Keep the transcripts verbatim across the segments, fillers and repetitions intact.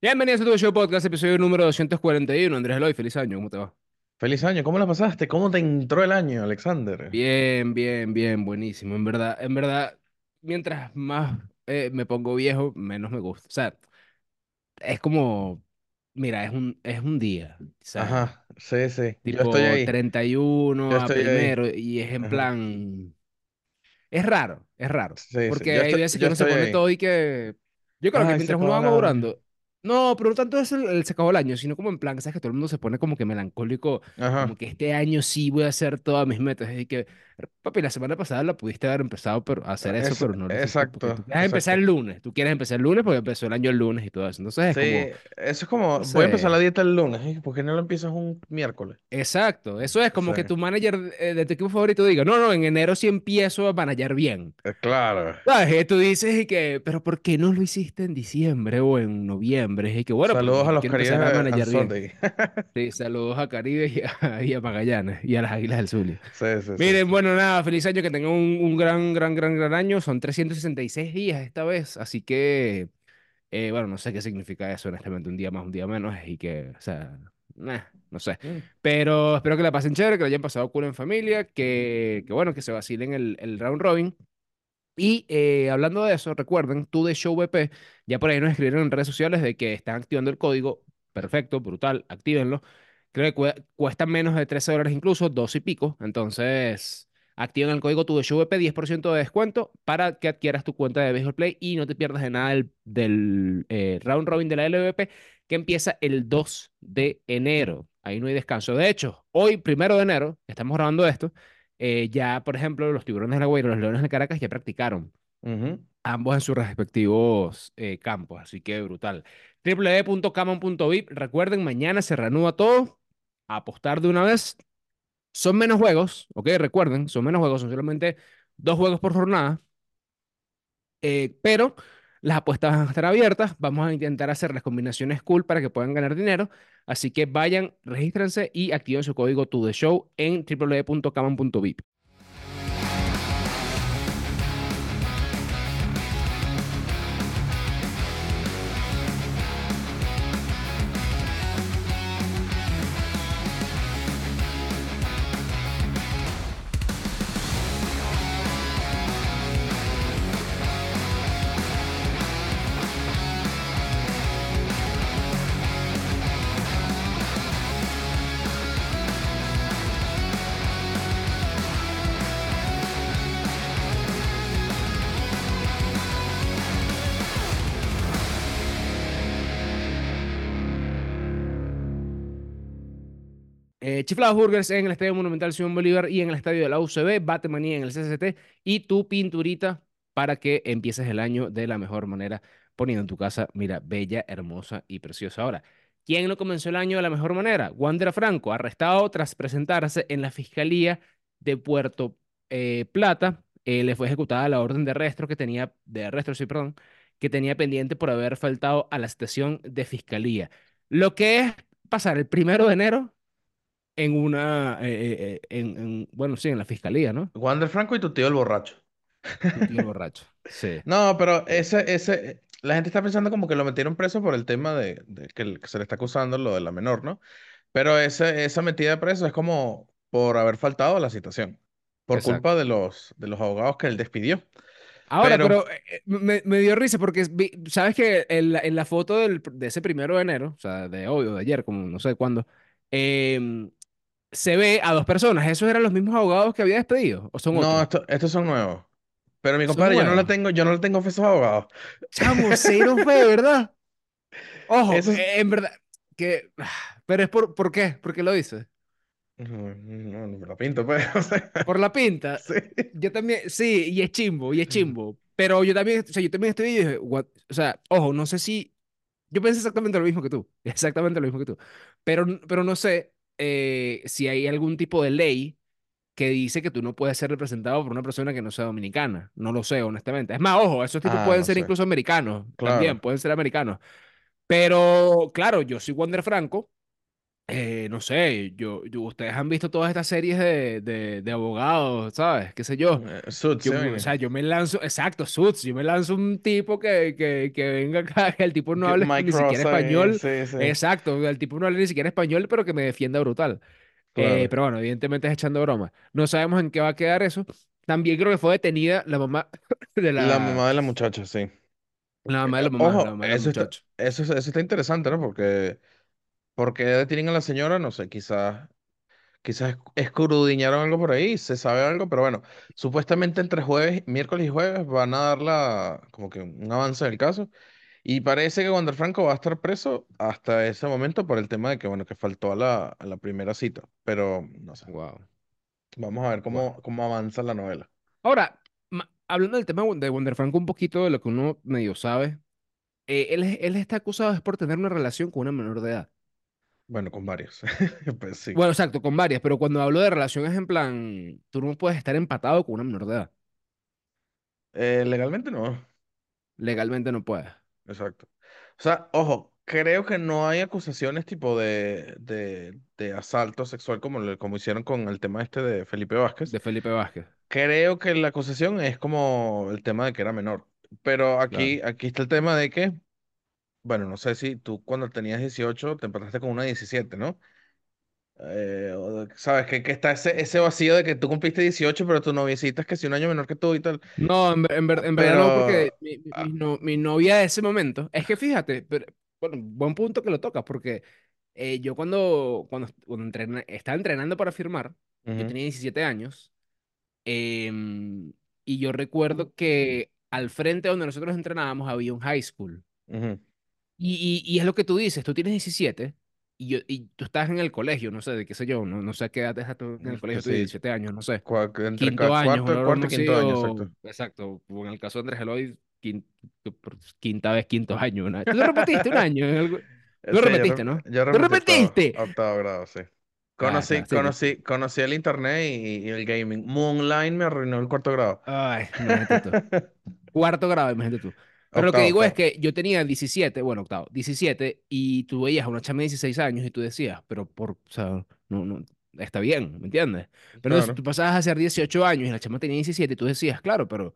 Bienvenidos a tu show podcast, episodio número doscientos cuarenta y uno. Andrés Eloy, feliz año, ¿cómo te va? Feliz año, ¿cómo la pasaste? ¿Cómo te entró el año, Alexander? Bien, bien, bien, buenísimo. En verdad, en verdad, mientras más eh, me pongo viejo, menos me gusta. O sea, es como, mira, es un, es un día, o sea, Ajá, sí, sí, yo estoy tipo ahí, treinta y yo uno a estoy ahí. primero, y es en Ajá, plan. Es raro, es raro. sí, sí, Porque yo hay estoy, veces que yo uno se estoy pone ahí. todo y que. Yo creo que Ay, se mientras uno acabó va el año. madurando. No, pero no tanto es el, el se acabó el año, sino como en plan, sabes que todo el mundo se pone como que melancólico, como Ajá, que este año sí voy a hacer todas mis metas. Y que, papi, la semana pasada la pudiste haber empezado pero, a hacer eso, es, pero no lo hiciste porque tú exacto, quieres empezar exacto. el lunes. Tú quieres empezar el lunes porque empezó el año el lunes y todo eso. Entonces es Sí, como, eso es como, no voy a empezar la sé. dieta el lunes, ¿eh? ¿Por qué no lo empiezas un miércoles? Exacto, eso es Sí, como que tu manager eh, de tu equipo favorito diga, no, no, en enero sí empiezo a manejar bien. eh, claro. ¿Sabes? Que tú dices y que, pero ¿por qué no lo hiciste en diciembre o en noviembre? Y que, bueno, porque Saludos a yo los quiero Caribes empezar a and manejar bien. Sunday. Sí, saludos a Caribe y a, y a Magallanes y a las Águilas del Zulia. Sí, sí, sí, Miren, sí. bueno, nada, feliz año, que tengan un, un gran, gran, gran, gran año. Son trescientos sesenta y seis días esta vez, así que, eh, bueno, no sé qué significa eso, honestamente, un día más, un día menos, y que, o sea, nah, no sé. Mm, Pero espero que la pasen chévere, que la hayan pasado cool en familia, que, que bueno, que se vacilen el, el round robin. Y eh, hablando de eso, recuerden, tú de Show V P, ya por ahí nos escribieron en redes sociales de que están activando el código. Perfecto, brutal, actívenlo. Creo que cue- cuesta menos de trece dólares incluso, dos y pico. Entonces, activen el código tú de Show V P, diez por ciento de descuento para que adquieras tu cuenta de Baseball Play y no te pierdas de nada del, del, eh, round robin de la L V P que empieza el dos de enero. Ahí no hay descanso. De hecho, hoy, primero de enero, estamos grabando esto. Eh, ya, por ejemplo, los Tiburones de La Guaira y los Leones de Caracas ya practicaron, ujú. ambos en sus respectivos eh, campos, así que brutal. w w w punto camon punto vip, recuerden, mañana se reanuda todo, a apostar de una vez. Son menos juegos, ok, recuerden, son menos juegos, son solamente dos juegos por jornada, eh, pero las apuestas van a estar abiertas, vamos a intentar hacer las combinaciones cool para que puedan ganar dinero, así que vayan, regístrense y activen su código to the show en w w w punto camon punto vip. Eh, Chiflados Burgers en el Estadio Monumental Simón Bolívar y en el Estadio de la U C B, Batemanía en el C C T y tu pinturita para que empieces el año de la mejor manera poniendo en tu casa, mira, bella, hermosa y preciosa. Ahora, ¿quién no comenzó el año de la mejor manera? Wander Franco, arrestado tras presentarse en la Fiscalía de Puerto eh, Plata. Eh, le fue ejecutada la orden de arresto que tenía, de arresto, sí, perdón, que tenía pendiente por haber faltado a la estación de Fiscalía. Lo que es pasar el primero de enero en una, eh, eh, eh, en, en- bueno, sí, en la fiscalía, ¿no? Wander Franco y tu tío el borracho. Tu tío el borracho. Sí. No, pero Eh, ese, ese, la gente está pensando como que lo metieron preso por el tema de, de que, el- que se le está acusando lo de la menor, ¿no? Pero ese, esa metida de preso es como por haber faltado a la citación, por culpa exacto. de los, de los abogados que él despidió. Ahora, Pero pero eh, eh, me, me dio risa porque vi- sabes que en la, en la foto del- de ese primero de enero, o sea, de hoy o de ayer, como no sé cuándo, em, se ve a dos personas. ¿Esos eran los mismos abogados que había despedido? ¿O son no, otros? esto- estos son nuevos. Pero mi Son compadre, yo no le nuevos. tengo, yo no le tengo fe a esos abogados. Chamo, cero fe, ¿verdad? Ojo, Esos, eh, en verdad, que... Pero es por, ¿por qué? ¿Por qué lo dices? no, no, no me lo pinto, pues. O sea, Por la pinta, sí. yo también, sí, y es chimbo, y es chimbo. Pero yo también, o sea, yo también estoy y dije, "What?". O sea, ojo, no sé si, yo pensé exactamente lo mismo que tú, exactamente lo mismo que tú. Pero, pero no sé eh, si hay algún tipo de ley que dice que tú no puedes ser representado por una persona que no sea dominicana. No lo sé, honestamente. Es más, ojo, esos tipos Ah, pueden no ser sé. incluso americanos, también, Claro. pueden ser americanos. Pero, claro, yo soy Wander Franco eh, no sé, yo, yo, ustedes han visto todas estas series de, de, de abogados, ¿sabes? ¿Qué sé yo? Eh, Suits, Yo, ¿sí, o vaina? sea, yo me lanzo, exacto, Suits, yo me lanzo un tipo que, que, que venga acá, que el tipo no Que hable ni Mike siquiera Ross ahí, español, sí, sí. exacto, el tipo no habla ni siquiera español, pero que me defienda brutal. Eh, Claro. pero bueno, evidentemente es echando broma. No sabemos en qué va a quedar eso. También creo que fue detenida la mamá de La la, mamá de la muchacha, sí. la Eh, mamá de la mamá, la Ojo, mamá de la eso está, muchacha. eso, eso está interesante, ¿no? Porque, porque detienen a la señora, no sé, quizás, quizás escudriñaron algo por ahí, se sabe algo, pero bueno, supuestamente entre jueves, miércoles y jueves van a dar la, como que un avance del caso. Y parece que Wander Franco va a estar preso hasta ese momento por el tema de que, bueno, que faltó a la, a la primera cita. Pero, no sé, Wow. vamos a ver Bueno. cómo, cómo avanza la novela. Ahora, ma- hablando del tema de Wonder Franco, un poquito de lo que uno medio sabe, eh, él, es- él está acusado es por tener una relación con una menor de edad. Bueno, con varios. Pues sí. Bueno, exacto, con varias, pero cuando hablo de relación es en plan, tú no puedes estar empatado con una menor de edad. Eh, legalmente no. Legalmente no puedes. Exacto. O sea, ojo, creo que no hay acusaciones tipo de, de, de asalto sexual como, le- como hicieron con el tema este de Felipe Vázquez. De Felipe Vázquez, Creo que la acusación es como el tema de que era menor. Pero claro. aquí, aquí está el tema de que, bueno, no sé si tú cuando tenías dieciocho te empataste con una diecisiete, ¿no? Eh, o de- ¿sabes? Que, que está ese, ese vacío de que tú cumpliste dieciocho pero tu noviecita es que si un año menor que tú y tal. No, en, ver- en, ver- Ah, en verdad no, porque pero, mi, mi, mi ah, no- mi novia de ese momento, es que fíjate, pero, bueno, buen punto que lo tocas, porque eh, yo cuando, cuando, cuando entrena- estaba entrenando para firmar, yo ujú, tenía diecisiete años, em, y yo recuerdo que al frente donde nosotros entrenábamos había un high school. ujú, Y, y, y es lo que tú dices, tú tienes diecisiete y, yo, y tú estás en el colegio, no sé, de qué sé yo, no, no sé a qué edad estás tú en mm, el que colegio, tú sí, diecisiete años, no sé. cua- entre Quinto ca- año, cuarto, una cuarto broma y quinto año, así, exacto. exacto, o en el caso de Andrés Eloy, quin- por quinta vez, quinto año. una- Tú repetiste un año, en algo- Eh, tú Sí, yo, repetiste, re- ¿no? yo ¡Tú repetí octavo, repetiste! octavo grado, sí. Ah, está, Conocí, sí, tú. conocí, conocí el internet y, y el gaming. Moonlight me arruinó el cuarto grado. Ay, imagínate tú. Cuarto grado, imagínate tú. Pero lo que Octavo, digo es octavo. que yo tenía diecisiete, bueno, octavo, diecisiete, y tú veías a una chama de dieciséis años y tú decías, pero por, o sea, no, no, está bien, ¿me entiendes? Pero entonces Claro. tú pasabas a ser dieciocho años y la chama tenía diecisiete y tú decías, claro, pero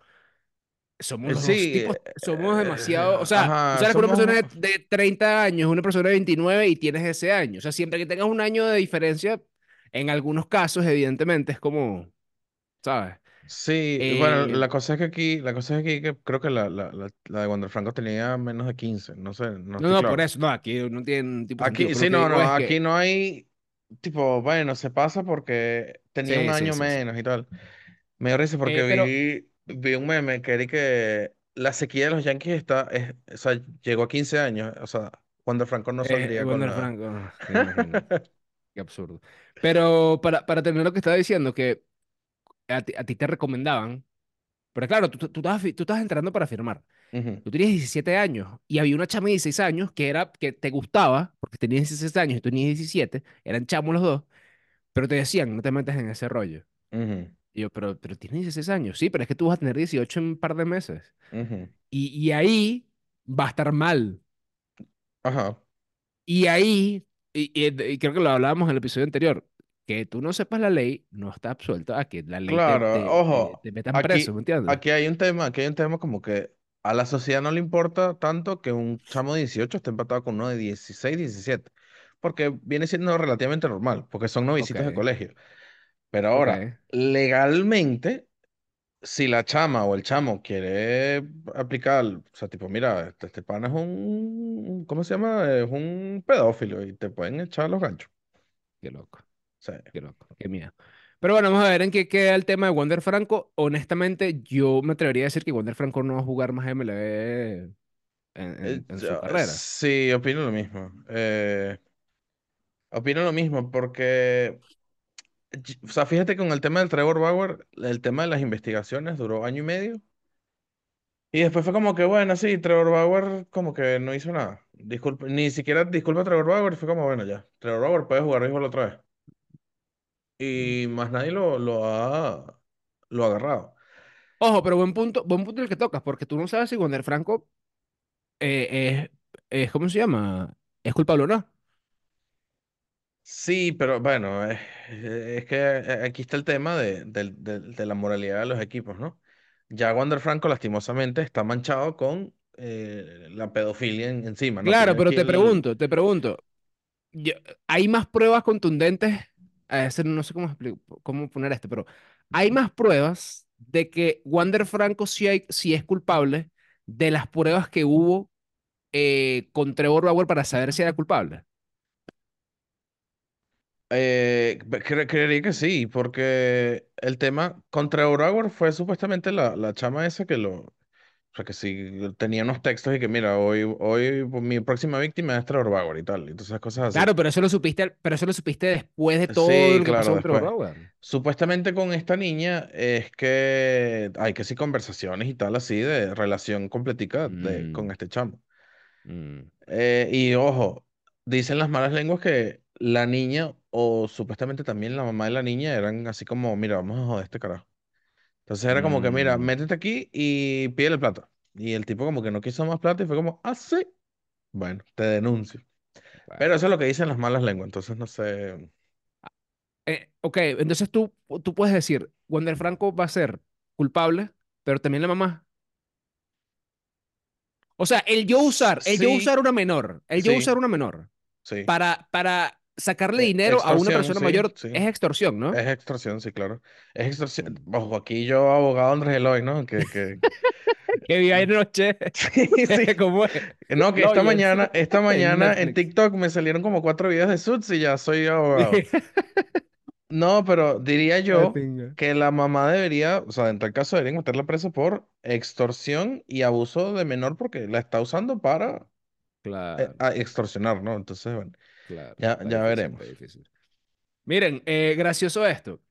somos Eh, los dos Sí, tipos, eh, somos eh, demasiado, o sea, tú ajá, sabes que una persona somos. de, de treinta años, una persona de veintinueve y tienes ese año, o sea, siempre que tengas un año de diferencia, en algunos casos, evidentemente, es como, ¿sabes? Sí, bueno, Eh, la cosa es que aquí, la cosa es que, aquí que creo que la, la, la, la de Wander Franco tenía menos de quince, no sé, no no, estoy no, por claro. eso, no, aquí no tiene ningún tipo de sentido, Aquí, pero lo sí, que no, digo no, es aquí que, no hay, tipo, bueno, se pasa porque tenía un sí, sí, año sí, sí. menos y tal. Me dio risa porque Eh, pero, vi, vi un meme que era que la sequía de los Yankees está, es, o sea, llegó a quince años, o sea, Wander Franco no eh, saldría con Wander la... Franco, ah, sí, imagínate, qué absurdo. Pero para, para tener lo que estaba diciendo, que a ti, a ti te recomendaban, pero claro, tú, tú, tú estabas, fi- tú estabas entrando para firmar. Ujú, Tú tenías diecisiete años y había una chama de dieciséis años que era que te gustaba, porque tenías dieciséis años y tú tenías diecisiete, eran chamos los dos, pero te decían, no te metas en ese rollo. ujú, Y yo, pero, pero tienes dieciséis años, sí, pero es que tú vas a tener dieciocho en un par de meses. ujú. Y, y ahí va a estar mal. Ajá. Y ahí, y, y- y creo que lo hablábamos en el episodio anterior, que tú no sepas la ley no está absuelto a que la ley te, Claro, te, te, ojo, te metan preso, aquí, ¿me entiendes? aquí hay un tema, aquí hay un tema como que a la sociedad no le importa tanto que un chamo de dieciocho esté empatado con uno de dieciséis, diecisiete, porque viene siendo relativamente normal, porque son Ok, novicitos de colegio. Pero ahora, ok. legalmente, si la chama o el chamo quiere aplicar, o sea, tipo, mira, este, este pana es un, ¿cómo se llama? Es un pedófilo y te pueden echar los ganchos. Qué loco, O sea, qué loco, qué miedo. Pero bueno, vamos a ver en qué queda el tema de Wander Franco. Honestamente, yo me atrevería a decir que Wander Franco no va a jugar más M L B en, eh, en, en su yo- carrera. sí, opino lo mismo. Eh, opino lo mismo porque, y- o sea, fíjate con el tema del Trevor Bauer, el tema de las investigaciones duró año y medio. Y después fue como que, bueno, sí, Trevor Bauer como que no hizo nada. Disculpa, ni siquiera disculpa a Trevor Bauer, fue como, bueno, ya. Trevor Bauer puede jugar béisbol otra vez. Mm. Y más nadie lo, lo ha, lo ha agarrado. Ojo, pero buen punto, buen punto el que tocas, porque tú no sabes si Wander Franco eh, es, es, ¿cómo se llama? ¿Es culpable o no? Sí, pero bueno, eh, eh, es que eh, aquí está el tema de, del- del- de la moralidad de los equipos, ¿no? Ya Wander Franco lastimosamente está manchado con eh, la pedofilia en- encima, ¿no? Claro, Tiene pero aquí te el... pregunto, te pregunto, yo- ¿hay más pruebas contundentes? A veces no sé cómo, expli- cómo poner esto, pero ¿hay más pruebas de que Wander Franco sí, hay- sí es culpable de las pruebas que hubo eh, con Trevor Bauer para saber si era culpable? Eh, cre- creería que sí, porque el tema contra Broward fue supuestamente la, la chama esa que lo... O sea, que sí tenía unos textos y que mira, hoy, hoy mi próxima víctima es Trevor Bauer y tal, y entonces cosas así. Claro, pero eso lo supiste, pero eso lo supiste después de todo Sí, lo que pasó claro, con Trevor después. Bauer. Supuestamente con esta niña es que hay que sí conversaciones y tal así de relación completica de, con Mm, este chamo. mm, Eh, y ojo, dicen las malas lenguas que la niña o supuestamente también la mamá de la niña eran así como, mira, vamos a joder a este carajo. Entonces era como que, mira, mm, métete aquí y pídele plata. Y el tipo como que no quiso más plata y fue como, ah, sí, bueno, te denuncio. Pero bueno. eso es lo que dicen las malas lenguas, entonces no sé. Eh, ok, entonces tú, tú puedes decir, Wander Franco va a ser culpable, pero también la mamá. O sea, el yo S- usar, el yo Sí, usar una menor, el yo usar sí, una menor sí. para, para sacarle Eh, dinero a una extorsión, persona sí, mayor sí. es extorsión, ¿no? Es extorsión, sí, claro. Es extorsión. Mm. Ojo, aquí yo, abogado Andrés Eloy, ¿no? Que, que... Que vi de noche, Sí, sí. ¿cómo es? No, que esta Lawyers mañana, esta en mañana en Netflix. TikTok me salieron como cuatro videos de Suits y ya soy abogado. No, pero diría Qué yo pinga. que la mamá debería, o sea, en tal caso deberían meterla presa por extorsión y abuso de menor porque la está usando para eh, Claro, a extorsionar, ¿no? Entonces, bueno, claro, ya, está ya difícil, veremos. está difícil. Miren, eh, gracioso esto.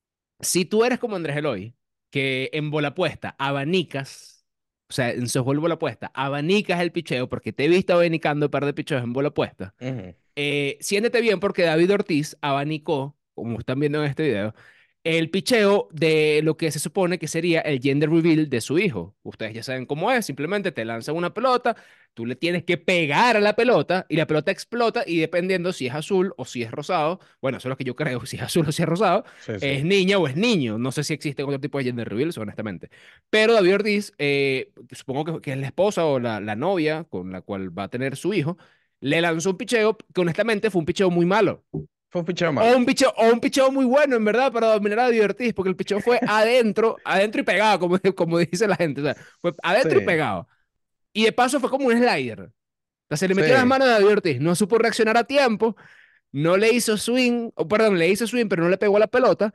Si tú eres como Andrés Eloy, que en bola puesta abanicas, o sea, en softball bola puesta, abanicas el picheo, porque te he visto abanicando un par de picheos en bola puesta, Ujú. eh, siéntete bien porque David Ortiz abanicó, como están viendo en este video, el picheo de lo que se supone que sería el gender reveal de su hijo. Ustedes ya saben cómo es, simplemente te lanzan una pelota, tú le tienes que pegar a la pelota y la pelota explota y dependiendo si es azul o si es rosado, bueno, eso es lo que yo creo, si es azul o si es rosado, Sí, sí. es niña o es niño. No sé si existe otro tipo de gender reveals, honestamente. Pero David Ortiz, eh, supongo que, que es la esposa o la, la novia con la cual va a tener su hijo, le lanzó un picheo que honestamente fue un picheo muy malo. Fue un picheo O malo. un picheo, o un picheo muy bueno, en verdad, para dominar a David Ortiz, porque el picheo fue adentro, adentro y pegado, como, como dice la gente. O sea, fue adentro y Sí, pegado. Y de paso fue como un slider. O sea, se le metió las sí. manos a David Ortiz, no supo reaccionar a tiempo, no le hizo swing, o perdón, le hizo swing, pero no le pegó a la pelota.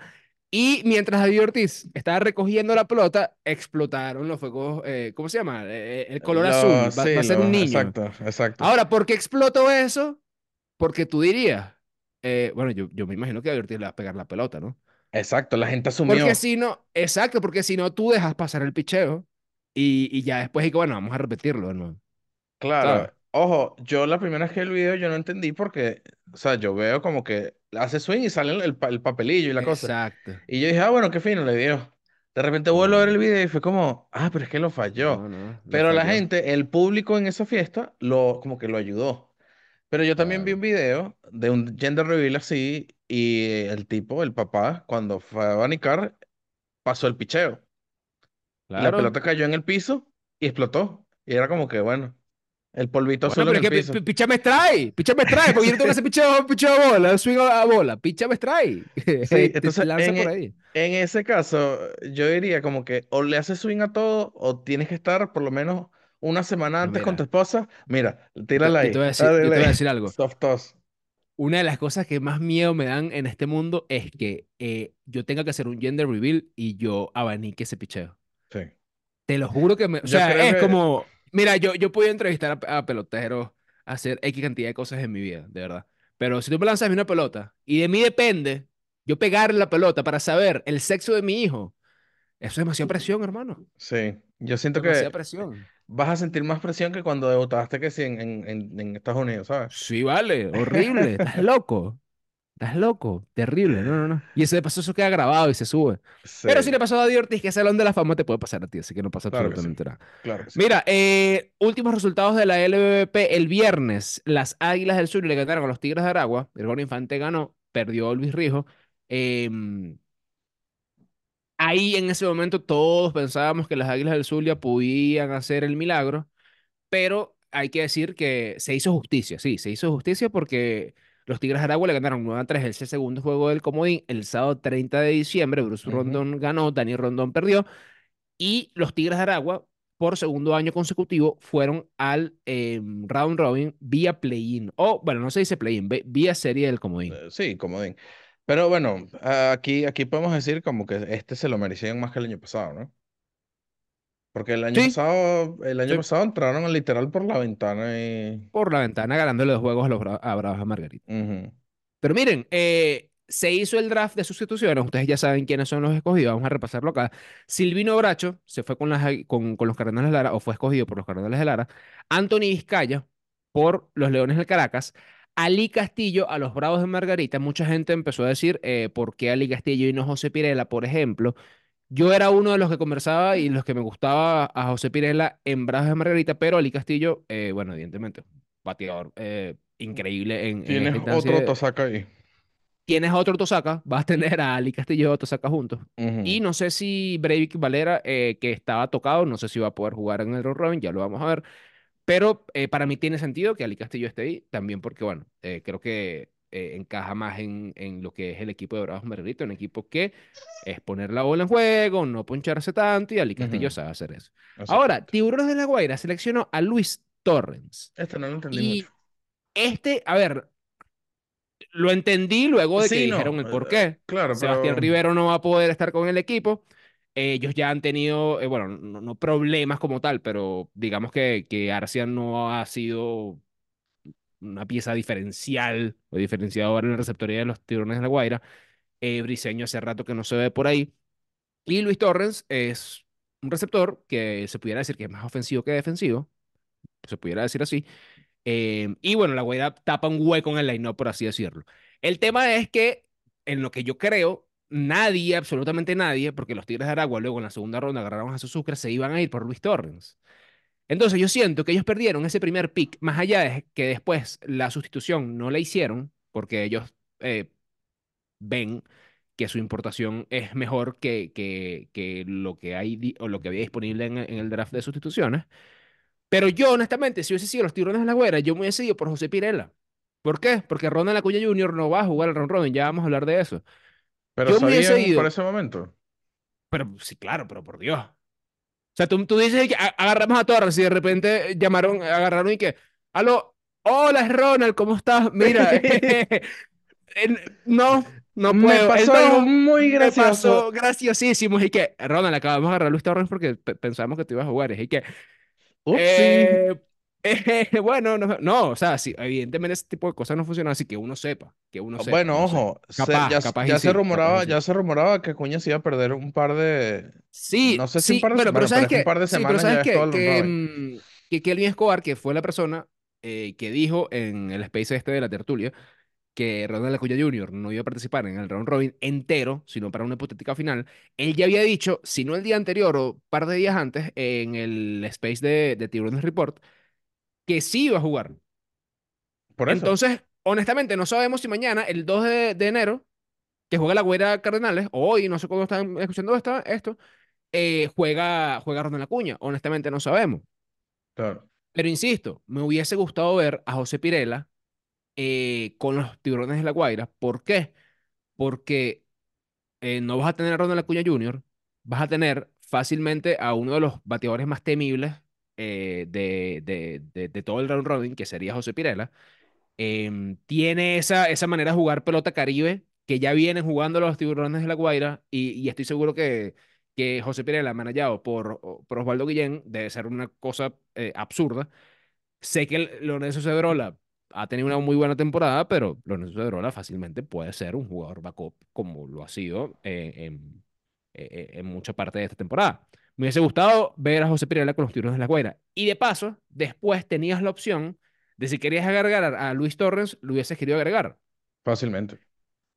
Y mientras David Ortiz estaba recogiendo la pelota, explotaron los fuegos, eh, ¿cómo se llama? Eh, el color Lo, azul, va, va sí, a ser un lo, niño. exacto, exacto. Ahora, ¿por qué explotó eso? Porque tú dirías, eh, bueno, yo, yo me imagino que a David Ortiz le va a pegar la pelota, ¿no? Exacto, la gente Porque asumió. si no, exacto, porque si no, tú dejas pasar el picheo y, y ya después, y que bueno, vamos a repetirlo, ¿no? ¿Sabes? Claro, ojo, yo la primera vez que vi el video yo no entendí porque, o sea, yo veo como que hace swing y sale el, pa- el papelillo y la cosa. Exacto. Y yo dije, ah, bueno, qué fino le dio. De repente vuelvo a ver No, el video y fue como, ah, pero es que lo falló. no, no, le Pero la falló. gente, el público en esa fiesta, lo, como que lo ayudó. Pero yo también vi Claro, un video de un gender reveal así y el tipo, el papá, cuando fue a abanicar, pasó el picheo. Y la claro. pelota cayó en el piso y explotó. Y era como que, bueno, el polvito Bueno, azul en pero es el que pi- piso. pi- pichame strike, pichame strike, porque yo no tengo que hacer picheo, picheo a bola, swing a a bola, pichame strike. Sí, Te entonces lanza en, por e- ahí. en ese caso, yo diría como que o le haces swing a todo o tienes que estar por lo menos una semana No, antes con tu mira, esposa. Mira, yo te, tírala yo te ahí, voy a decir, yo te dale, voy a decir algo. soft toss. Una de las cosas que más miedo me dan en este mundo es que eh, yo tenga que hacer un gender reveal y yo abanique ese picheo. Sí. Te lo juro que me... O Yo sea, creo es que, como... Mira, yo, yo podía entrevistar a, a peloteros, hacer X cantidad de cosas en mi vida, de verdad. Pero si tú me lanzas a mí una pelota y de mí depende yo pegar la pelota para saber el sexo de mi hijo, eso es demasiada presión, hermano. sí, yo siento Demasiada que presión. vas a sentir más presión que cuando debutaste que sí en, en, en, en Estados Unidos, ¿sabes? Sí, vale, horrible, estás loco. ¿Estás loco? Terrible, no, no, no. Y ese de paso eso queda grabado y se sube. Pero si Sí, le pasó a Eddie Ortiz, que Salón de la Fama te puede pasar a ti, así que no pasa claro que sí. absolutamente nada. Claro que sí. Mira, eh, últimos resultados de la L B B P el viernes. Las Águilas del Sur le ganaron a los Tigres de Aragua. El Gol Infante ganó, perdió Luis Rijo. Eh, ahí en ese momento todos pensábamos que las Águilas del Zulia podían hacer el milagro, pero hay que decir que se hizo justicia, sí, se hizo justicia porque los Tigres de Aragua le ganaron nueve a tres el segundo juego del Comodín el sábado treinta de diciembre. Bruce Ujú. Rondón ganó, Dani Rondón perdió. Y los Tigres de Aragua, por segundo año consecutivo, fueron al eh, round robin vía play-in. O, bueno, no se dice play-in, ve- vía serie del comodín. Eh, Sí, comodín. Pero bueno, aquí, aquí podemos decir como que este se lo merecían más que el año pasado, ¿no? Porque el año Sí, pasado, el año sí, pasado entraron literal por la ventana y... por la ventana ganándole los juegos a los Bra- a Bravos de Margarita. Ujú, Pero miren, eh, se hizo el draft de sustituciones. Ustedes ya saben quiénes son los escogidos. Vamos a repasarlo acá. Silvino Bracho se fue con, las, con, con los Cardenales de Lara, o fue escogido por los Cardenales de Lara. Anthony Vizcaya por los Leones del Caracas. Ali Castillo a los Bravos de Margarita. Mucha gente empezó a decir eh, por qué Ali Castillo y no José Pirela, por ejemplo. Yo era uno de los que conversaba y los que me gustaba a José Pirela en Bravos de Margarita, pero Ali Castillo, eh, bueno, evidentemente, bateador eh, increíble en, en tienes esta otro instancia. Tosaka ahí. Tienes a otro Tosaka, vas a tener a Ali Castillo y a Tosaka juntos. Ujú, Y no sé si Breivik Valera, eh, que estaba tocado, no sé si va a poder jugar en el round robin, ya lo vamos a ver. Pero eh, para mí tiene sentido que Ali Castillo esté ahí, también porque, bueno, eh, creo que eh, encaja más en, en lo que es el equipo de Bravos Margarita, un equipo que es poner la bola en juego, no poncharse tanto, y Ali Castillo ujú, sabe hacer eso. Ahora, exactamente. Tiburones de la Guaira seleccionó a Luis Torrens. Este no lo entendí mucho. Y este, a ver, lo entendí luego de que Sí, dijeron no, el eh, por eh, qué. claro, Sebastián pero... Rivero no va a poder estar con el equipo. Ellos ya han tenido, eh, bueno, no, no problemas como tal, pero digamos que, que Arcia no ha sido una pieza diferencial o diferenciadora en la receptoría de los Tiburones de la Guaira. Eh, Briseño hace rato que no se ve por ahí. Y Luis Torrens es un receptor que se pudiera decir que es más ofensivo que defensivo, se pudiera decir así. Eh, y bueno, la Guaira tapa un hueco en el line-up, por así decirlo. El tema es que, en lo que yo creo, nadie, absolutamente nadie, porque los Tigres de Aragua luego en la segunda ronda agarraron a Sucre, se iban a ir por Luis Torrens. Entonces yo siento que ellos perdieron ese primer pick, más allá de que después la sustitución no la hicieron, porque ellos eh, ven que su importación es mejor que, que, que lo que hay di- o lo que había disponible en, en el draft de sustituciones. Pero yo, honestamente, si hubiese sido los Tiburones de la Güera, yo me hubiese ido por José Pirela. ¿Por qué? Porque Ronald Acuña junior no va a jugar al round robin, ya vamos a hablar de eso. Pero Yo me hubiese sabían por ido, ese momento. pero sí, claro, pero por Dios. O sea, tú, tú dices que a- agarramos a Torres y de repente llamaron, agarraron y que, aló, hola, es Ronald, ¿cómo estás? Mira, él- no, no Me puedo. Él pasó me algo dijo, muy me gracioso. pasó graciosísimo. Y que, Ronald, acabamos de agarrar a Luis Torres porque pe- pensamos que tú ibas a jugar. Y que, Upsi. eh, eh, bueno, no, no, o sea, sí, evidentemente ese tipo de cosas no funcionan, así que uno sepa, que uno sepa, Bueno, no sé. ojo, se- Capaz, ya, capaz y ya se sí, capaz y rumoraba, ya sí. se rumoraba que Acuña se iba a perder un par de, no Sí, sé si un sí, par de, se- bueno, pero bueno, pero sabes es un que, par de sí, pero semanas ya sabes es todo que, el round que, robin. mm, que Kelvin Escobar, que fue la persona eh, que dijo en el space este de la tertulia, que Ronald Acuña junior no iba a participar en el round robin entero, sino para una hipotética final, él ya había dicho, si no el día anterior o un par de días antes, en el space de, de Tiburones Report, que sí iba a jugar. Por eso, Entonces, honestamente, no sabemos si mañana, el dos de, de enero, que juega la Güera Cardenales, o hoy, no sé cuándo están escuchando esta- esto, eh, juega, juega Ronald Acuña. Honestamente, no sabemos. claro, Pero insisto, me hubiese gustado ver a José Pirela eh, con los Tiburones de la Guaira. ¿Por qué? Porque eh, no vas a tener a Ronald Acuña junior, vas a tener fácilmente a uno de los bateadores más temibles eh, de, de, de, de todo el round robin, que sería José Pirela. Em, tiene esa, esa manera de jugar pelota Caribe que ya vienen jugando los Tiburones de la Guaira y, y estoy seguro que, que José Pirela, manejado por, por Osvaldo Guillén, debe ser una cosa eh, absurda. Sé que el- Lorenzo Cedrola ha tenido una muy buena temporada, pero Lorenzo Cedrola fácilmente puede ser un jugador backup como lo ha sido eh, en, eh, eh, en mucha parte de esta temporada. Me hubiese gustado ver a José Pirela con los tiros de la Guaira. Y de paso, después tenías la opción de si querías agregar a Luis Torres, lo hubieses querido agregar. fácilmente.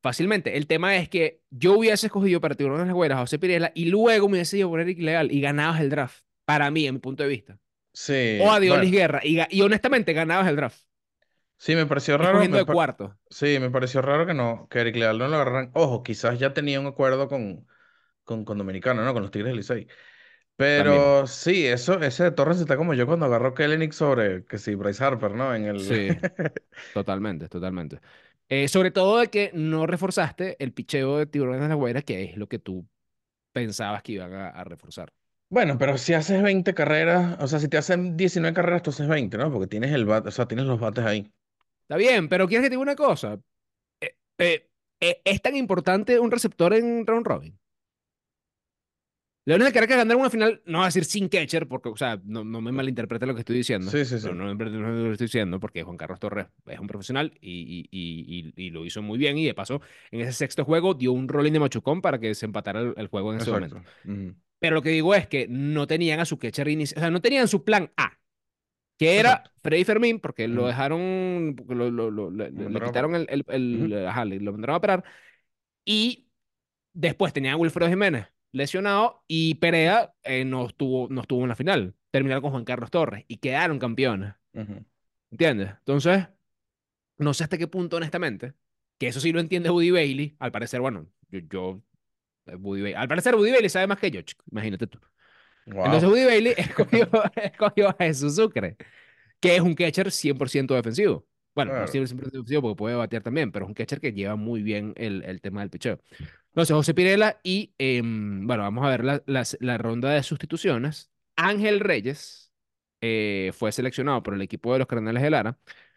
fácilmente. El tema es que yo hubiese escogido para Tiburones de la Guaira a José Pirela y luego me hubiese ido por Eric Leal y ganabas el draft. Para mí, en mi punto de vista. O Sí, a Diolis bueno, Guerra. Y, ga- y honestamente, ganabas el draft. sí, me pareció raro, Escogiendo me de pa- cuarto. sí, me pareció raro que no, que Eric Leal no lo agarraran. Ojo, quizás ya tenía un acuerdo con, con, con Dominicano, ¿no? Con los Tigres del Licey. También. Pero sí, eso, ese de Torres está como yo cuando agarró Kellenic sobre, que sí, Bryce Harper, ¿no? En el... Sí, totalmente, totalmente. Eh, sobre todo de que no reforzaste el picheo de Tiburones de la Guaira, que es lo que tú pensabas que iban a, a reforzar. Bueno, pero si haces veinte carreras, o sea, si te hacen diecinueve carreras, tú haces veinte, ¿no? Porque tienes el bat, o sea, tienes los bates ahí. Está bien, pero ¿quieres que te diga una cosa? Eh, eh, eh, ¿es tan importante un receptor en round robin? Leones de Caracas ganaron una final, no voy a decir sin catcher, porque, o sea, no, no me malinterprete lo que estoy diciendo, Sí, sí, no, sí. no, me no lo estoy diciendo, porque Juan Carlos Torres es un profesional y, y, y, y- y lo hizo muy bien, y de paso, en ese sexto juego dio un rolling de machucón para que se empatara el, el juego en ese momento. Exacto. Ujú. Pero lo que digo es que no tenían a su catcher inicial, o sea, no tenían su plan A, que era Exacto. Freddy Fermín, porque lo Ujú. dejaron, porque lo, lo- lo- le, Me le mandaron a parar. quitaron el, el, Ujú. el- ajá, le- lo mandaron a operar, y después tenían a Wilfredo Jiménez lesionado y Perea eh, no estuvo, no estuvo en la final. Terminaron con Juan Carlos Torres y quedaron campeones. Ujú. ¿Entiendes? Entonces, no sé hasta qué punto, honestamente, que eso sí lo entiende Woody Bailey. Al parecer, bueno, yo, yo eh, Woody Bailey, al parecer Woody Bailey sabe más que yo, chico, imagínate tú. Entonces Wow. Woody Bailey escogió, escogió a Jesús Sucre, que es un catcher cien por ciento defensivo. Bueno, no Claro. cien por ciento defensivo porque puede batear también, pero es un catcher que lleva muy bien el, el tema del picheo. Entonces, José Pirela y, em, bueno, vamos a ver la, las- la ronda de sustituciones. Ángel Reyes eh, fue seleccionado por el equipo de los Cardenales de Lara.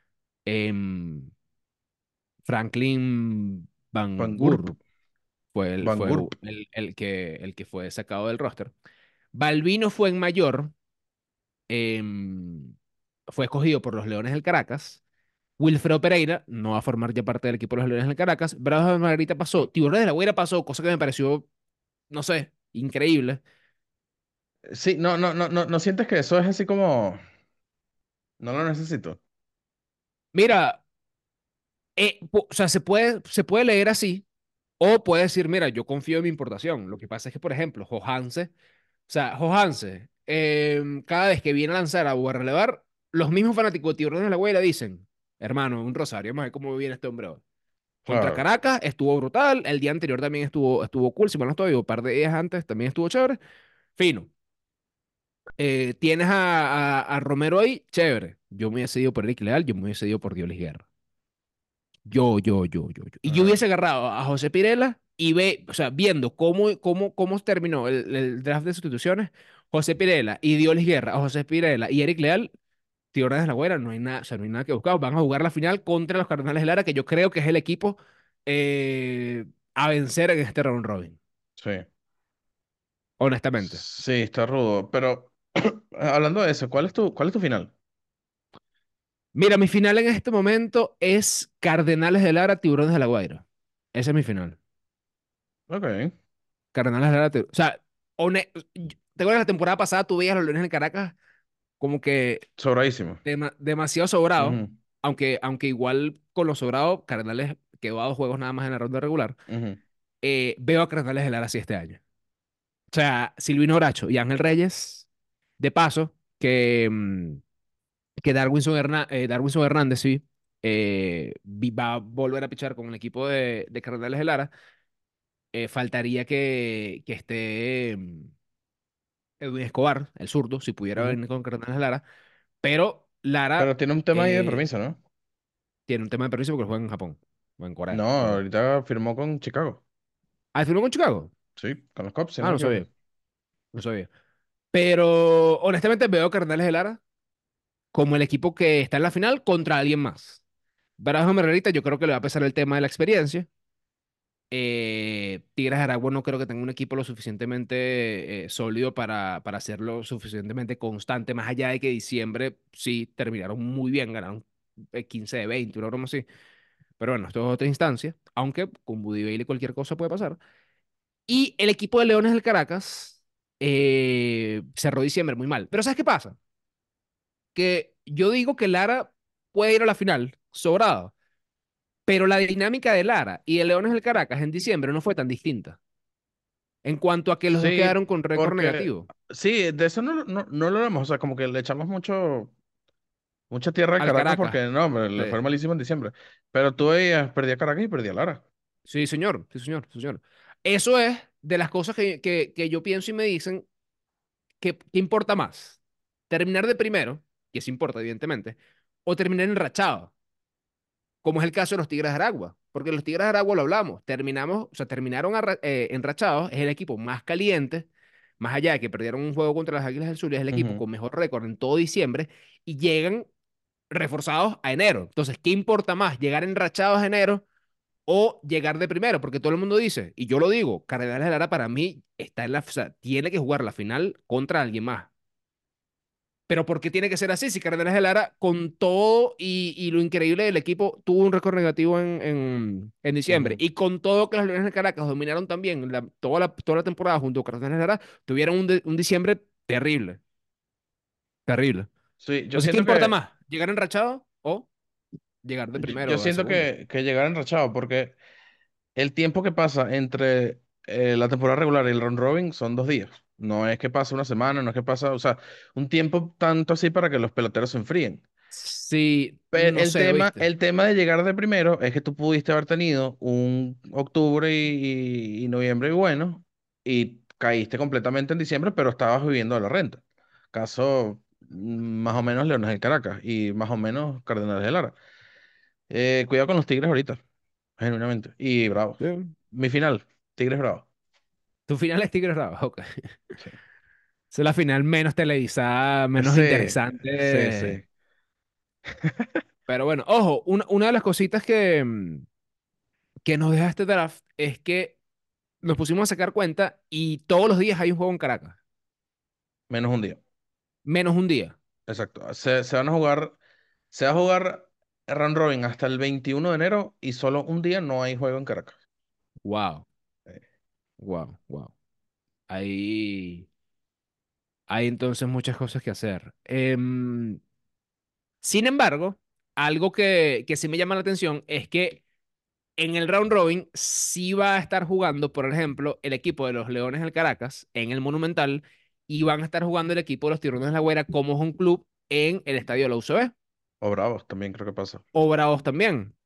Em, Franklin Van Van Gurp. Gur fue, el, Van fue Gurp. el, el que, el que fue sacado del roster. Balbino fue en mayor. em, Fue escogido por los Leones del Caracas. Wilfredo Pereira no va a formar ya parte del equipo de los Leones del Caracas. Bravos de Margarita pasó. Tiburones de la Guaira pasó, cosa que me pareció, no sé, increíble. Sí, no, no, no, no, no sientes que eso es así como, no lo necesito. Mira, eh, po- o sea, se puede, se puede leer así, o puede decir, mira, yo confío en mi importación. Lo que pasa es que, por ejemplo, Johanse, o sea, Johanse, em, cada vez que viene a lanzar o a relevar, los mismos fanáticos de Tiburones de la Guaira dicen, hermano, un Rosario, vamos a ver cómo viene este hombre hoy. Contra Claro. Caracas estuvo brutal, el día anterior también estuvo, estuvo cool, si mal no estoy, un par de días antes también estuvo chévere, fino. Eh, tienes a, a, a Romero ahí, chévere. Yo me hubiese ido por Eric Leal, yo me hubiese ido por Diolis Guerra. Yo, yo, yo, yo, yo. Y yo Ah, hubiese agarrado a José Pirela y ve, o sea, viendo cómo, cómo, cómo terminó el, el draft de sustituciones, José Pirela y Diolis Guerra, a José Pirela y Eric Leal, Tiburones de la Guaira, no hay nada, o sea, no hay nada que buscar. Van a jugar la final contra los Cardenales de Lara, que yo creo que es el equipo eh, a vencer en este round robin, sí. honestamente. Sí, está rudo. Pero hablando de eso, ¿cuál es tu, cuál es tu final? Mira, mi final en este momento es Cardenales de Lara, Tiburones de la Guaira. Ese es mi final. Ok. Cardenales de Lara, Tib- o sea, hone- ¿te acuerdas la temporada pasada tú veías a los Leones en Caracas como que Sobradísimo. dema- demasiado sobrado, Ujú, aunque, aunque igual con los sobrados, Cardenales quedó a dos juegos nada más en la ronda regular. ujú. Eh, veo a Cardenales de Lara así este año. O sea, Silvino Bracho y Ángel Reyes, de paso, que, mm, que Darwinson, Herna- eh, Darwinson Hernández, sí, eh, vi- va a volver a pichar con el equipo de, de Cardenales de Lara. Eh, faltaría que, que esté mm, Edwin Escobar, el zurdo, si pudiera Ujú. venir con Cardenales de Lara. Pero Pero Lara tiene un tema ahí de eh, permiso, ¿no? tiene un tema de permiso porque juega en Japón o en No, Corea, perdón. ahorita firmó con Chicago. Ah, ¿firmó con Chicago? Sí, con los Cubs, si no Ah, me no equivoco. sabía, no sabía. Pero honestamente veo a Cardenales de Lara como el equipo que está en la final contra alguien más. Baraja Margarita, yo creo que le va a pesar el tema de la experiencia. Eh, Tigres de Aragua no creo que tenga un equipo lo suficientemente eh, sólido para, para hacerlo suficientemente constante, más allá de que diciembre sí terminaron muy bien, ganaron eh, quince de veinte, una broma así. Pero bueno, esto es otra instancia, aunque con Buddy Bailey cualquier cosa puede pasar. Y el equipo de Leones del Caracas eh, cerró diciembre muy mal. Pero ¿sabes qué pasa? Que yo digo que Lara puede ir a la final, sobrado. Pero la dinámica de Lara y de Leones del Caracas en diciembre no fue tan distinta. En cuanto a que los dos Sí, quedaron con récord porque negativo sí, de eso no, no, no lo hablamos, o sea, como que le echamos mucho, mucha tierra al al Caracas Caracas. porque no, hombre, le Sí, fue malísimo en diciembre. Pero tú veías, perdía Caracas y perdía Lara. sí, señor, sí, señor, sí, señor. Eso es de las cosas que, que, que yo pienso y me dicen que, que importa más. Terminar de primero, que sí importa, evidentemente, o terminar enrachado, como es el caso de los Tigres de Aragua. Porque los Tigres de Aragua lo hablamos, terminamos, o sea, terminaron arra- eh, enrachados, es el equipo más caliente, más allá de que perdieron un juego contra las Águilas del Zulia, es el equipo Ujú. con mejor récord en todo diciembre, y llegan reforzados a enero. Entonces, ¿qué importa más? ¿Llegar enrachados a enero o llegar de primero? Porque todo el mundo dice, y yo lo digo, Cardenales de Lara para mí está en la, o sea, tiene que jugar la final contra alguien más. Pero ¿por qué tiene que ser así? Si Cardenales de Lara, con todo y, y lo increíble del equipo, tuvo un récord negativo en, en, en diciembre. Ujú. Y con todo que los Leones de Caracas dominaron también la- toda, la, toda la temporada junto a Cardenales de Lara, tuvieron un, de- un diciembre terrible. Terrible. Sí, yo Entonces, ¿qué siento importa que, más? ¿Llegar enrachado o llegar de yo, primero yo o de siento segundo? que, que llegar enrachado, porque el tiempo que pasa entre eh, la temporada regular y el round robin son dos días. No es que pasa una semana, no es que pasa, o sea, un tiempo tanto así para que los peloteros se enfríen. Sí, Pero no el sé, tema, ¿viste? el tema de llegar de primero es que tú pudiste haber tenido un octubre y, y- y noviembre bueno y caíste completamente en diciembre, pero estabas viviendo de la renta. Caso mm, más o menos Leones del Caracas y más o menos Cardenales de Lara. Eh, cuidado con los Tigres ahorita, genuinamente. Y Bravos. Sí. Mi final, Tigres Bravos. Tu final es Tigres Bravos, ok. Sí. Esa es la final menos televisada, menos Sí, sí, interesante. sí. Pero bueno, ojo, una, una de las cositas que, mm, que nos deja este draft es que nos pusimos a sacar cuenta y todos los días hay un juego en Caracas, Menos un día. menos un día. Exacto. Se, se van a jugar, se va a jugar round robin hasta el veintiuno de enero y solo un día no hay juego en Caracas. Wow, Eh, wow, wow. Hay, hay entonces muchas cosas que hacer. Em, sin embargo, algo que, que sí me llama la atención es que en el round robin sí va a estar jugando, por ejemplo, el equipo de los Leones del Caracas en el Monumental y van a estar jugando el equipo de los Tiburones de la Guaira como es un club en el estadio de la U C B O Bravos también creo que pasa. o Bravos también.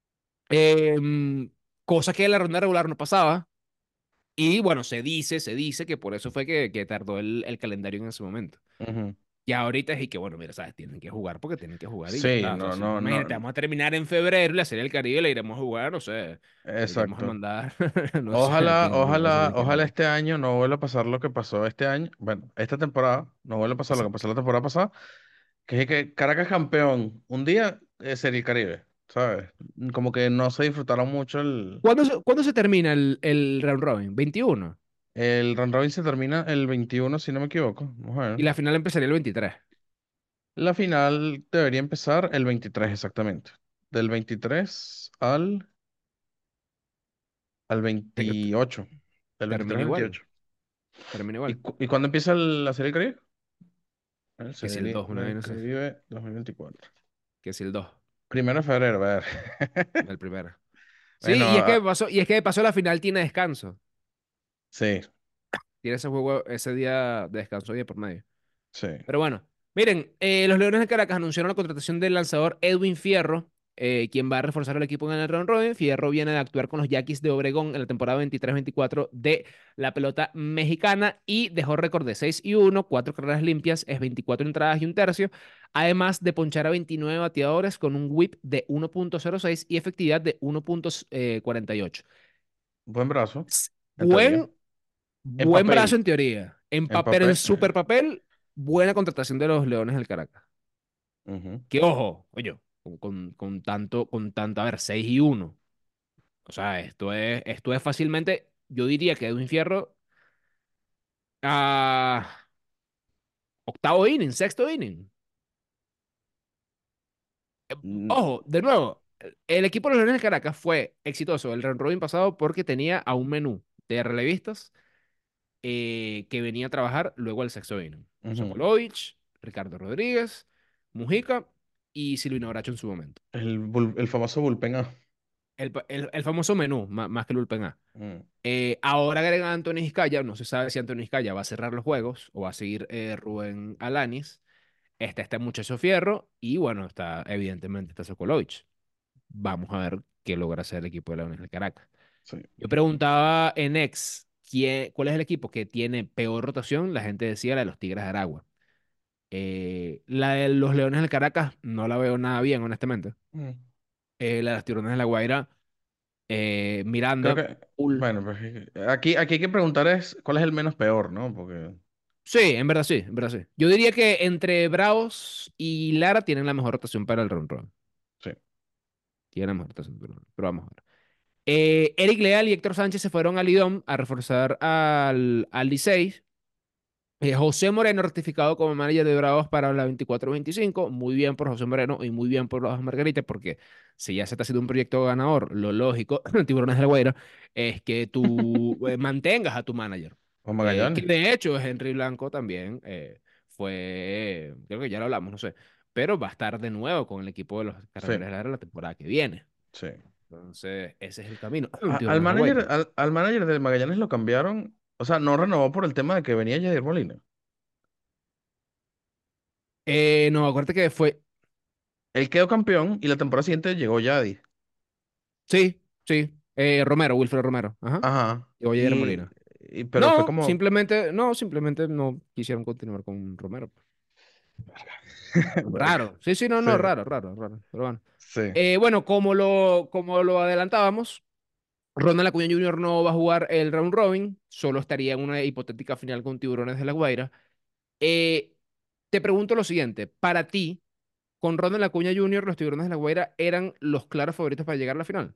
Em, cosa que en la ronda regular no pasaba. Y bueno, se dice, se dice que por eso fue que, que tardó el, el calendario en ese momento. Ujú. Y ahorita es y que, bueno, mira, sabes, tienen que jugar porque tienen que jugar y ya Sí, está. O sea, no, si no, no, no. imagínate, vamos a terminar en febrero y la Serie del Caribe la iremos a jugar, no sé, le iremos a Exacto. mandar, no sé, a Ojalá, quién le parece ojalá, el ojalá carajo. este año no vuelva a pasar lo que pasó este año. Bueno, esta temporada no vuelva a pasar lo que pasó Exacto. la temporada pasada, que es que Caracas campeón un día es Serie Caribe, ¿sabes? Como que no se disfrutaron mucho el, ¿Cuándo se, cuándo se termina el, el round robin? Veintiuno. el round robin se termina el veintiuno si no me equivoco. Vamos a Y ver. la final empezaría el veintitrés. La final debería empezar el veintitrés exactamente. Del veintitrés al, al Te- te- veintiocho. Del veintitrés Termina al igual, veintiocho. termina ¿Y, igual. cu- y cuándo empieza el- la Serie Caribe? La Que si el Serie dos, una vez del no sé. Caribe dos mil veinticuatro. Que si el dos, Primero de febrero, a ver. el primero. Sí, Bueno, y es que ah, pasó, y es que de paso la final tiene descanso. sí, Tiene ese juego, ese día de descanso día por medio. sí. Pero bueno, miren, eh, los Leones de Caracas anunciaron la contratación del lanzador Edwin Fierro, eh, quien va a reforzar el equipo en el round robin. Fierro viene de actuar con los Yaquis de Obregón en la temporada veintitrés veinticuatro de la pelota mexicana y dejó récord de seis y uno, cuatro carreras limpias, es veinticuatro entradas y un tercio, además de ponchar a veintinueve bateadores con un whip de uno punto cero seis y efectividad de uno punto cuarenta y ocho. Buen brazo, en teoría. Buen, En buen brazo papel, en teoría. En en papel, en papel. super papel, buena contratación de los Leones del Caracas. Ujú. Que ojo, oye, con, con, con tanto, con tanto, a ver, seis y uno. O sea, esto es, esto es fácilmente, yo diría que Edwin Fierro a octavo inning, sexto inning. Mm, Ojo, de nuevo, el equipo de los Leones de Caracas fue exitoso el round robin pasado porque tenía a un menú de relevistas eh, que venía a trabajar luego al sexto inning. ujú. Sokolovich, Ricardo Rodríguez, Mujica y Silvino Bracho en su momento. El, bul- el famoso bullpen A. el, pa- el- el famoso menú, ma- más que el bullpen A. Mm, Eh, ahora agregan a Anthony Vizcaya, no se sabe si Anthony Vizcaya va a cerrar los juegos o va a seguir eh, Rubén Alanis. Está este muchacho Fierro y bueno, está evidentemente está Sokolovic. Vamos a ver qué logra hacer el equipo de Leones del Caracas. sí. Yo preguntaba en ex, ¿quién, cuál es el equipo que tiene peor rotación? La gente decía la de los Tigres de Aragua. Eh, la de los Leones del Caracas no la veo nada bien, honestamente. Mm. Eh, la de los Tiburones de la Guaira, eh, Creo Miranda, que, Ul- bueno, pues eh, aquí, aquí hay que preguntar es cuál es el menos peor, ¿no? Porque, Sí, en verdad sí, en verdad sí. Yo diría que entre Bravos y Lara tienen la mejor rotación para el round robin. sí. Tienen la mejor rotación, pero, pero vamos a ver. Eh, Eric Leal y Héctor Sánchez se fueron al Lidom a reforzar al, al Licey. Eh, José Moreno ratificado como manager de Bravos para la veinticuatro veinticinco. Muy bien por José Moreno y muy bien por los Margaritas, porque si ya se está haciendo un proyecto ganador, lo lógico, Tiburones de la Guaira, es que tú eh, mantengas a tu manager. O Eh, que Magallanes. de hecho Henry Blanco también eh, fue, creo que ya lo hablamos, no sé, pero va a estar de nuevo con el equipo de los Sí, Cardenales de Lara la temporada que viene. sí. Entonces, ese es el camino. A- al Tiburones de la manager, Guaira. al, al manager del Magallanes lo cambiaron. O sea, no renovó por el tema de que venía Yadier Molina. Eh, no, acuérdate que fue, Él quedó campeón y la temporada siguiente llegó Yadi. sí, sí, eh, Romero, Wilfredo Romero. Ajá. Ajá. Y voy a ir a Y, Molina. y- pero fue No, como. simplemente, no, simplemente no quisieron continuar con Romero. Verga. Raro. Sí, sí, no, Sí, no, raro, raro, raro. Pero bueno. sí. Eh, bueno, como lo, como lo adelantábamos, Ronald Acuña junior no va a jugar el round robin, solo estaría en una hipotética final con Tiburones de la Guaira. Eh, te pregunto lo siguiente, para ti, con Ronald Acuña junior, los Tiburones de la Guaira eran los claros favoritos para llegar a la final.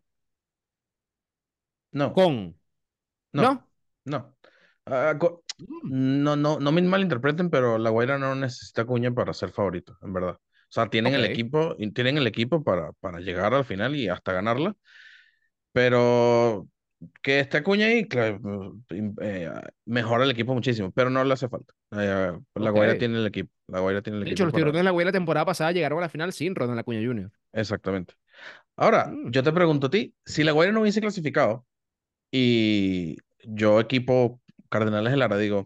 No, Con, no, ¿no? no. Ah, co- Mm, no, no, no me malinterpreten, pero La Guaira no necesita Cuña para ser favorito, en verdad. O sea, tienen el ok, equipo, y tienen el equipo para, para llegar al final y hasta ganarla. Pero que esté Acuña ahí, claro, mm, eh, mejora el equipo muchísimo, pero no le hace falta. Eh, La Guaira ok. tiene el equipo. La Guaira tiene el De hecho, equipo los Tiburones para. de la Guaira la temporada pasada llegaron a la final sin Ronald Acuña junior Exactamente. Ahora, Mm, yo te pregunto a ti, si La Guaira no hubiese clasificado y yo equipo Cardenales de Lara digo,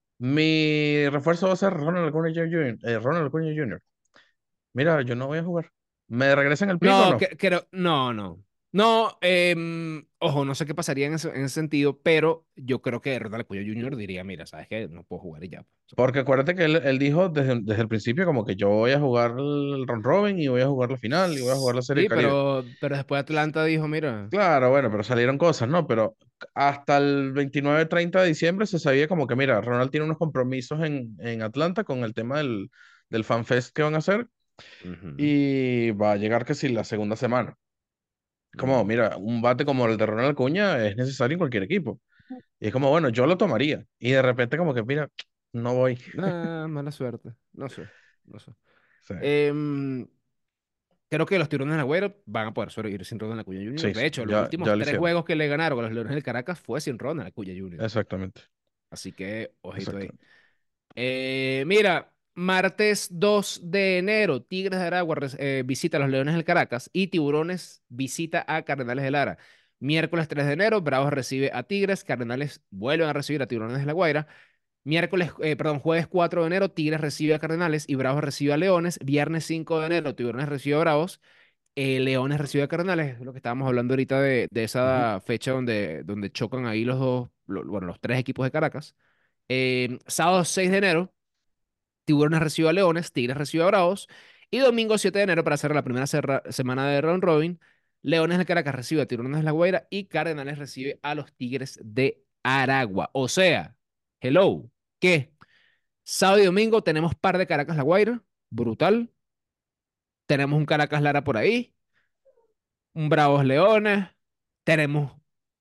mi refuerzo va a ser Ronald Acuña junior eh, Ronald Acuña junior Mira, yo no voy a jugar. ¿Me regresan el pick o No, no? que, creo, no, no. No, em, ojo, no sé qué pasaría en ese, en ese sentido, pero yo creo que Ronald Acuña junior diría, mira, ¿sabes qué? No puedo jugar y ya. Pues. O sea, Porque acuérdate que él, él dijo desde, desde el principio como que yo voy a jugar el round robin y voy a jugar la final y voy a jugar la Serie del sí, Caribe. pero, pero después Atlanta dijo, mira, Claro, bueno, pero salieron cosas, ¿no? Pero hasta el veintinueve treinta de diciembre se sabía como que, mira, Ronald tiene unos compromisos en, en Atlanta con el tema del, del FanFest que van a hacer ujú, y va a llegar que si la segunda semana. Como, mm, mira, un bate como el de Ronald Acuña es necesario en cualquier equipo. Y es como, bueno, yo lo tomaría. Y de repente como que, mira, no voy. nah, mala suerte, no sé, no sé. Sí, Em, Creo que los Tiburones de la Guaira van a poder sobrevivir sin Ronald Acuña junior sí, De sí, hecho, los ya, ya últimos lo tres hicieron. juegos que le ganaron a los Leones del Caracas fue sin Ronald Acuña junior Exactamente, Así que, ojito ahí. exactamente. Eh, mira, martes dos de enero, Tigres de Aragua res- eh, visita a los Leones del Caracas y Tiburones visita a Cardenales de Lara. Miércoles tres de enero, Bravos recibe a Tigres, Cardenales vuelven a recibir a Tiburones de la Guaira. Miércoles, eh, perdón, jueves cuatro de enero, Tigres recibe a Cardenales y Bravos recibe a Leones. Viernes cinco de enero, Tiburones recibe a Bravos. Eh, Leones recibe a Cardenales, es lo que estábamos hablando ahorita de, de Ujú. esa fecha donde, donde chocan ahí los dos, lo- bueno, los tres equipos de Caracas. Eh, sábado seis de enero, Tiburones recibe a Leones, Tigres recibe a Bravos. Y domingo siete de enero, para hacer la primera serra- semana de round robin, Leones de Caracas recibe a Tiburones de La Guaira y Cardenales recibe a los Tigres de Aragua. O sea, hello, ¿qué? Sábado y domingo tenemos par de Caracas La Guaira, brutal. Tenemos un Caracas Lara por ahí, un Bravos Leones, tenemos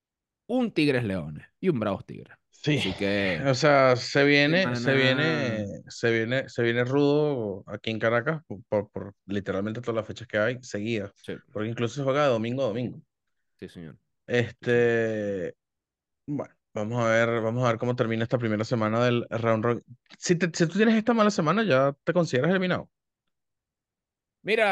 un Tigres Leones y un Bravos Tigres. Sí, Así que o sea, se viene, se viene, semana. se viene, se viene rudo aquí en Caracas por, por- por literalmente todas las fechas que hay seguidas, Sí, porque incluso se juega de domingo a domingo. sí, señor. Sí, señor. Este, bueno, vamos a ver, vamos a ver cómo termina esta primera semana del round robin. Si, te- si tú tienes esta mala semana, ya te consideras eliminado. Mira.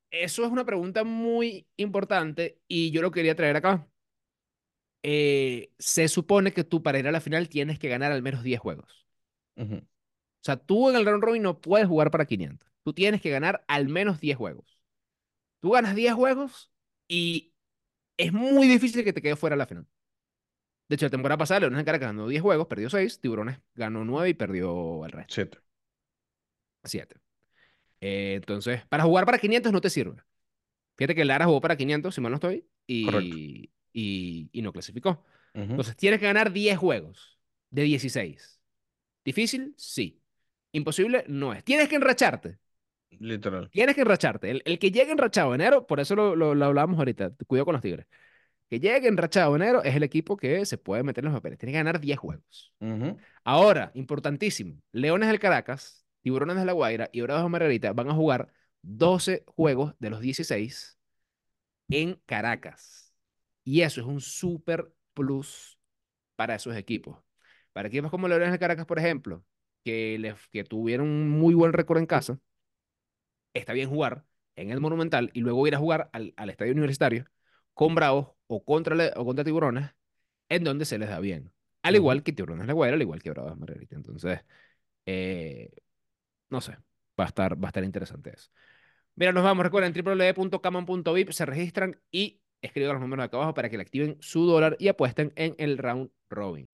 Eso es una pregunta muy importante y yo lo quería traer acá. Eh, se supone que tú para ir a la final tienes que ganar al menos diez juegos. Ujú. O sea, tú en el round robin no puedes jugar para quinientos. Tú tienes que ganar al menos diez juegos. Tú ganas diez juegos y es muy difícil que te quedes fuera de la final. De hecho, la temporada pasada Leones de Caracas ganó diez juegos, perdió seis. Tiburones ganó nueve y perdió el resto, Siete. siete. Eh, entonces, para jugar para quinientos no te sirve. Fíjate que Lara jugó para quinientos, si mal no estoy, Correcto. y, y, y no clasificó. Ujú. Entonces, tienes que ganar diez juegos de dieciséis. ¿Difícil? Sí. Imposible no es. Tienes que enracharte. Literal. Tienes que enracharte. El, el que llegue enrachado enero, por eso lo, lo, lo hablábamos ahorita, cuidado con los Tigres. Que llegue enrachado enero es el equipo que se puede meter en los papeles. Tiene que ganar diez juegos. Ujú. Ahora, importantísimo, Leones del Caracas, Tiburones de la Guaira y Dorados de Margarita van a jugar doce juegos de los dieciséis en Caracas. Y eso es un super plus para esos equipos. Para equipos como Leones del Caracas, por ejemplo, que, les, que tuvieron un muy buen récord en casa, está bien jugar en el Monumental y luego ir a jugar al, al estadio universitario con Bravos o contra, le- o contra Tiburones, en donde se les da bien. Al Ujú. igual que Tiburones de la Guaira, al igual que Bravos de Margarita. Entonces, eh, no sé, va a estar, va a estar interesante eso. Mira, nos vamos. Recuerden, w w w punto caman punto vip se registran y escriban los números de acá abajo para que le activen su dólar y apuesten en el round robin.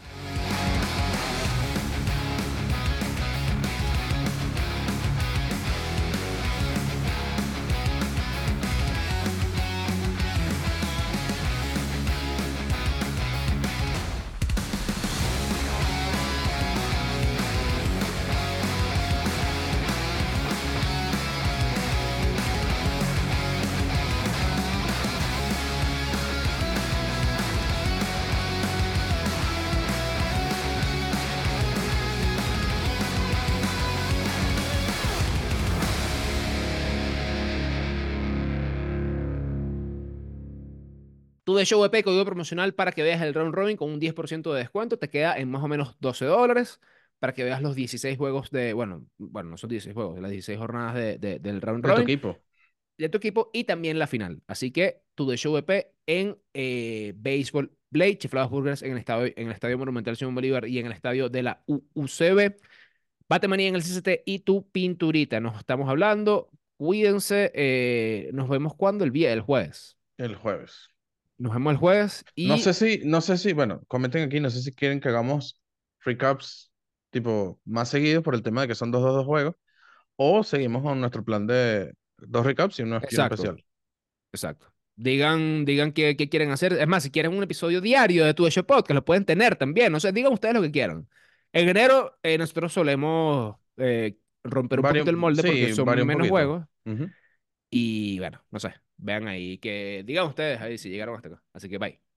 Tu de Show E P, código promocional para que veas el round robin con un diez por ciento de descuento, te queda en más o menos doce dólares para que veas los dieciséis juegos de, bueno, bueno, no son dieciséis juegos, las dieciséis jornadas de, de- del round De tu robin equipo. de tu equipo y también la final. Así que tu de Show E P en eh, Baseball Blade, Chiflados Burgers en el estadio, en el estadio Monumental Simón Bolívar y en el estadio de la U C B. Batemanía en el C C T y tu pinturita. Nos estamos hablando. Cuídense. Eh, nos vemos cuando el día, el jueves. El jueves. Nos vemos el jueves No sé y si, no sé si, bueno, comenten aquí, no sé si quieren que hagamos recaps tipo más seguidos por el tema de que son dos, dos, dos juegos, o seguimos con nuestro plan de dos recaps y uno, y uno exacto, especial. exacto. Digan, digan qué, qué quieren hacer. Es más, si quieren un episodio diario de tu Show Podcast, lo pueden tener también. No sé, digan ustedes lo que quieran. En enero eh, nosotros solemos eh, romper un Vario, poquito el molde porque sí, son varía un menos poquito. juegos. Ujú. Y bueno, no sé. Vean ahí que digan ustedes ahí si llegaron hasta acá. Así que bye.